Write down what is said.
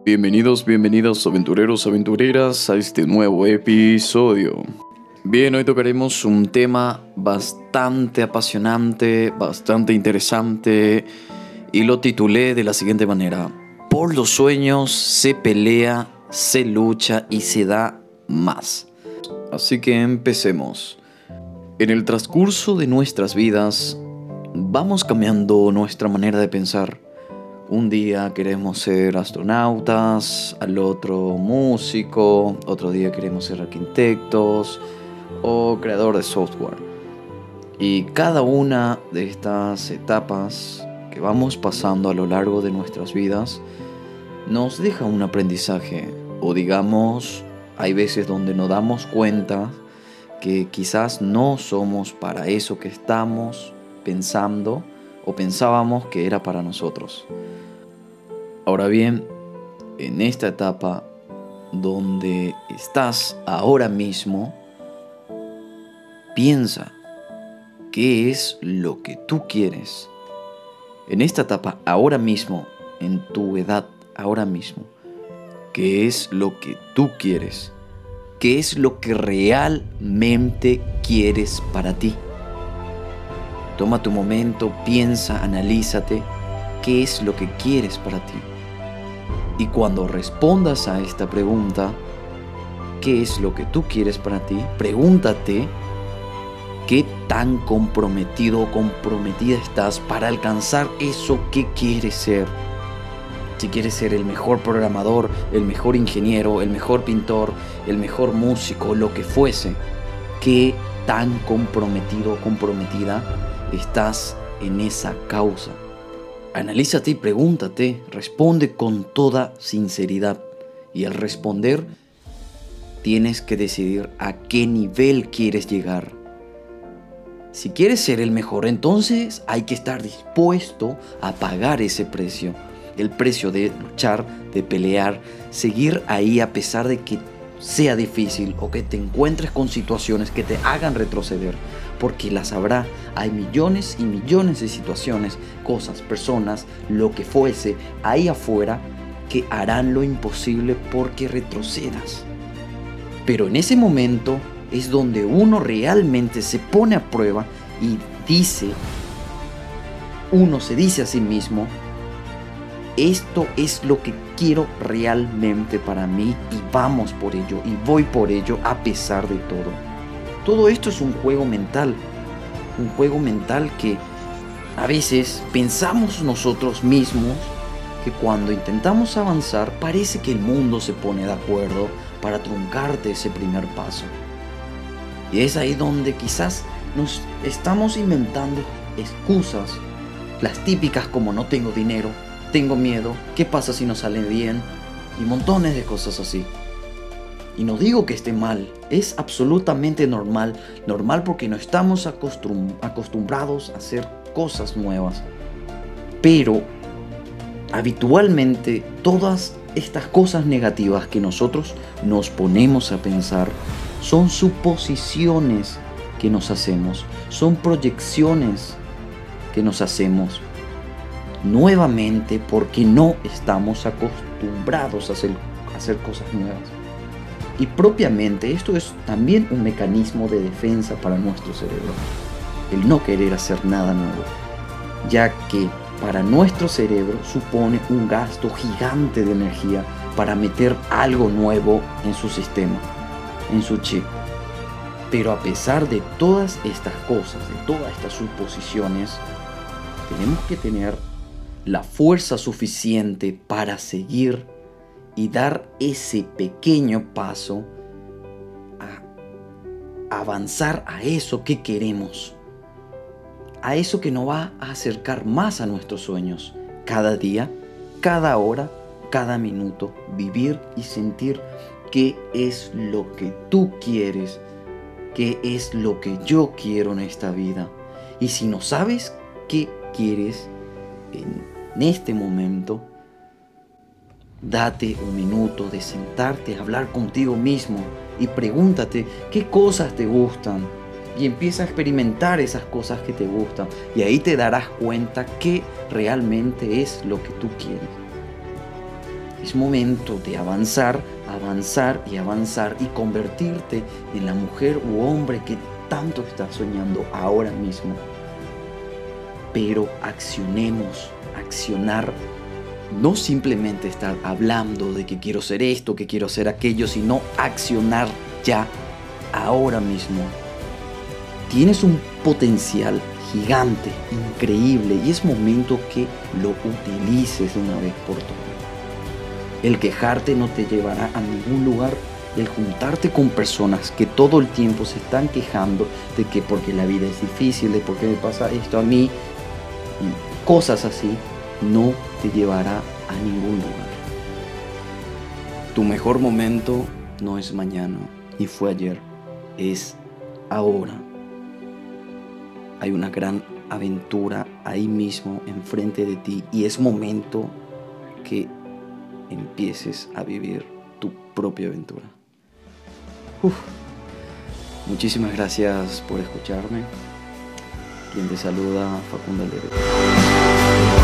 Bienvenidos aventureros, aventureras a este nuevo episodio. Bien, hoy tocaremos un tema bastante apasionante, bastante interesante y lo titulé de la siguiente manera: por los sueños se pelea, se lucha y se da más. Así que empecemos. En el transcurso de nuestras vidas vamos cambiando nuestra manera de pensar. Un día queremos ser astronautas, al otro músico, otro día queremos ser arquitectos o creador de software. Y cada una de estas etapas que vamos pasando a lo largo de nuestras vidas nos deja un aprendizaje. O digamos, hay veces donde nos damos cuenta que quizás no somos para eso que estamos pensando o pensábamos que era para nosotros. Ahora bien, en esta etapa donde estás ahora mismo, piensa qué es lo que tú quieres. En esta etapa ahora mismo, en tu edad ahora mismo, qué es lo que tú quieres. ¿Qué es lo que realmente quieres para ti? Toma tu momento, piensa, analízate qué es lo que quieres para ti. Y cuando respondas a esta pregunta, ¿qué es lo que tú quieres para ti? Pregúntate qué tan comprometido o comprometida estás para alcanzar eso que quieres ser. Si quieres ser el mejor programador, el mejor ingeniero, el mejor pintor, el mejor músico, lo que fuese, ¿qué tan comprometido o comprometida estás en esa causa? Analízate y pregúntate, responde con toda sinceridad. Y al responder, tienes que decidir a qué nivel quieres llegar. Si quieres ser el mejor, entonces hay que estar dispuesto a pagar ese precio. El precio de luchar, de pelear, seguir ahí a pesar de que sea difícil o que te encuentres con situaciones que te hagan retroceder. Porque las habrá, hay millones y millones de situaciones, cosas, personas, lo que fuese, ahí afuera que harán lo imposible porque retrocedas. Pero en ese momento es donde uno realmente se pone a prueba y uno se dice a sí mismo: esto es lo que quiero realmente para mí y vamos por ello y voy por ello a pesar de todo. Todo esto es un juego mental que a veces pensamos nosotros mismos que cuando intentamos avanzar parece que el mundo se pone de acuerdo para truncarte ese primer paso. Y es ahí donde quizás nos estamos inventando excusas, las típicas como no tengo dinero, tengo miedo, ¿qué pasa si no sale bien? Y montones de cosas así. Y no digo que esté mal, es absolutamente normal porque no estamos acostumbrados a hacer cosas nuevas. Pero habitualmente todas estas cosas negativas que nosotros nos ponemos a pensar son suposiciones que nos hacemos, son proyecciones que nos hacemos nuevamente porque no estamos acostumbrados a hacer cosas nuevas. Y propiamente esto es también un mecanismo de defensa para nuestro cerebro, el no querer hacer nada nuevo, ya que para nuestro cerebro supone un gasto gigante de energía para meter algo nuevo en su sistema, en su chip. Pero a pesar de todas estas cosas, de todas estas suposiciones, tenemos que tener la fuerza suficiente para seguir y dar ese pequeño paso a avanzar a eso que queremos, a eso que nos va a acercar más a nuestros sueños, cada día, cada hora, cada minuto, vivir y sentir qué es lo que tú quieres, qué es lo que yo quiero en esta vida. Y si no sabes qué quieres en este momento, date un minuto de sentarte a hablar contigo mismo y pregúntate qué cosas te gustan y empieza a experimentar esas cosas que te gustan y ahí te darás cuenta qué realmente es lo que tú quieres. Es momento de avanzar, avanzar y avanzar y convertirte en la mujer u hombre que tanto estás soñando ahora mismo. Pero accionemos, accionar. No simplemente estar hablando de que quiero ser esto, que quiero ser aquello, sino accionar ya, ahora mismo. Tienes un potencial gigante, increíble, y es momento que lo utilices de una vez por todas. El quejarte no te llevará a ningún lugar. El juntarte con personas que todo el tiempo se están quejando de que porque la vida es difícil, de por qué me pasa esto a mí, y cosas así, no te llevará a ningún lugar. Tu mejor momento no es mañana, ni fue ayer, es ahora. Hay una gran aventura ahí mismo, enfrente de ti, y es momento que empieces a vivir tu propia aventura. Muchísimas gracias por escucharme. Quien te saluda, Facundo Alderete.